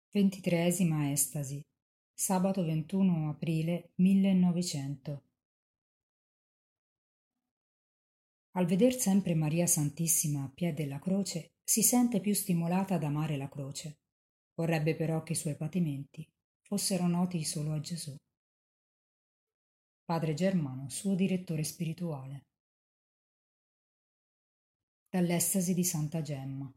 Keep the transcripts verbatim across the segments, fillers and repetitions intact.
Ventitreesima estasi. Sabato ventuno aprile millenovecento. Al veder sempre Maria Santissima a piè della croce, si sente più stimolata ad amare la croce. Vorrebbe però che i suoi patimenti fossero noti solo a Gesù. Padre Germano, suo direttore spirituale. Dall'estasi di Santa Gemma.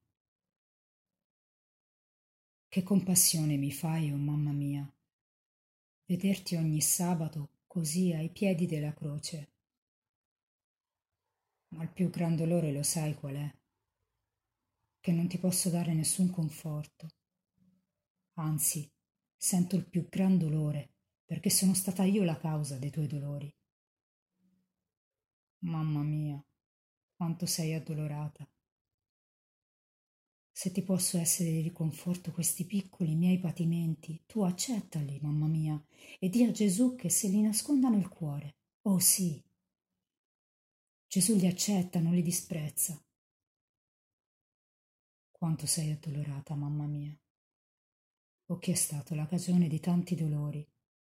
Che compassione mi fai, oh mamma mia, vederti ogni sabato così ai piedi della croce. Ma il più gran dolore lo sai qual è? Che non ti posso dare nessun conforto. Anzi, sento il più gran dolore perché sono stata io la causa dei tuoi dolori. Mamma mia, quanto sei addolorata. Se ti posso essere di riconforto questi piccoli miei patimenti, tu accettali, mamma mia, e di a Gesù che se li nasconda nel cuore. Oh sì, Gesù li accetta, non li disprezza. Quanto sei addolorata, mamma mia. O chi è stato la cagione di tanti dolori?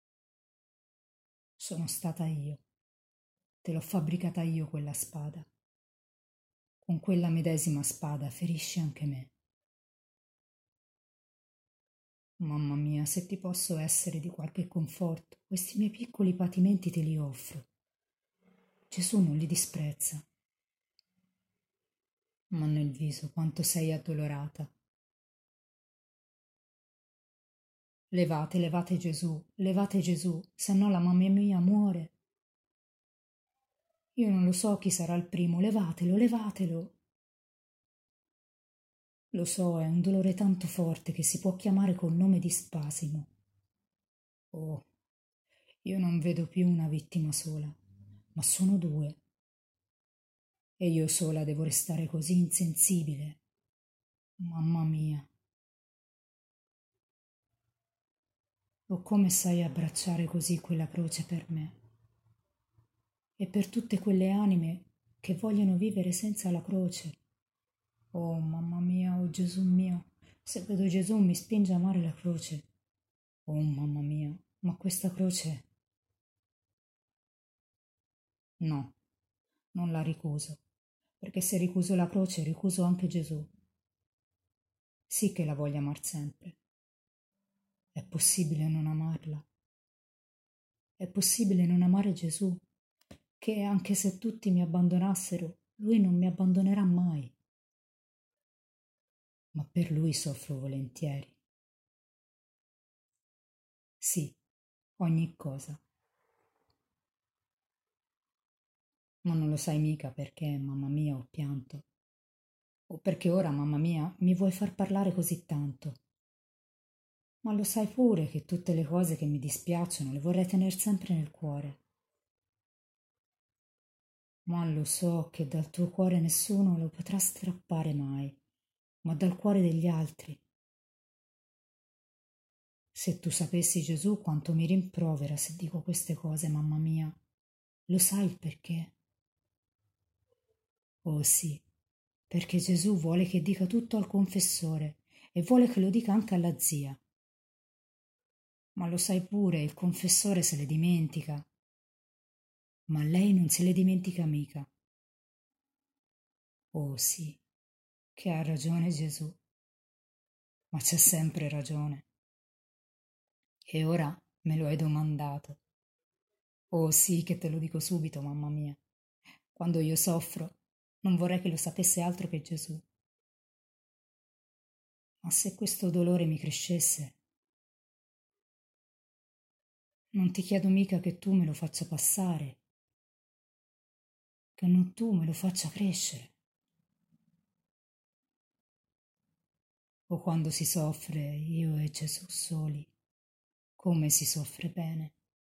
Sono stata io. Te l'ho fabbricata io quella spada. Con quella medesima spada ferisci anche me. Mamma mia, se ti posso essere di qualche conforto, questi miei piccoli patimenti te li offro. Gesù non li disprezza. Ma nel viso quanto sei addolorata. Levate, levate Gesù, levate Gesù, se no la mamma mia muore. Io non lo so chi sarà il primo, levatelo, levatelo. Lo so, è un dolore tanto forte che si può chiamare col nome di spasimo. Oh, io non vedo più una vittima sola, ma sono due. E io sola devo restare così insensibile. Mamma mia. Oh, come sai abbracciare così quella croce per me? E per tutte quelle anime che vogliono vivere senza la croce. Oh, mamma mia, oh Gesù mio, se vedo Gesù mi spinge a amare la croce. Oh, mamma mia, ma questa croce... No, non la ricuso, perché se ricuso la croce ricuso anche Gesù. Sì che la voglio amar sempre. È possibile non amarla? È possibile non amare Gesù, che anche se tutti mi abbandonassero, Lui non mi abbandonerà mai. Ma per Lui soffro volentieri. Sì, ogni cosa. Ma non lo sai mica perché, mamma mia, ho pianto. O perché ora, mamma mia, mi vuoi far parlare così tanto. Ma lo sai pure che tutte le cose che mi dispiacciono le vorrei tener sempre nel cuore. Ma lo so che dal tuo cuore nessuno lo potrà strappare mai, ma dal cuore degli altri. Se tu sapessi, Gesù, quanto mi rimprovera se dico queste cose, mamma mia. Lo sai il perché? Oh sì, perché Gesù vuole che dica tutto al confessore e vuole che lo dica anche alla zia. Ma lo sai pure, il confessore se le dimentica. Ma lei non se le dimentica mica. Oh sì, che ha ragione Gesù. Ma c'è sempre ragione. E ora me lo hai domandato. Oh sì, che te lo dico subito, mamma mia. Quando io soffro, non vorrei che lo sapesse altro che Gesù. Ma se questo dolore mi crescesse, non ti chiedo mica che tu me lo faccia passare, che non tu me lo faccia crescere. O quando si soffre, io e Gesù soli, come si soffre bene.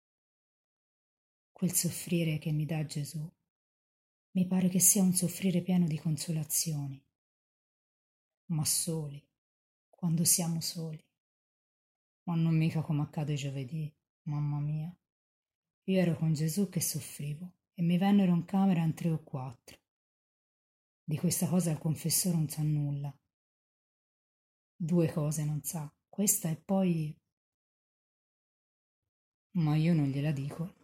Quel soffrire che mi dà Gesù, mi pare che sia un soffrire pieno di consolazioni, ma soli, quando siamo soli. Ma non mica come accade giovedì, mamma mia. Io ero con Gesù che soffrivo e mi vennero in camera in tre o quattro. Di questa cosa il confessore non sa nulla. Due cose non sa, Questa e poi... Ma io non gliela dico.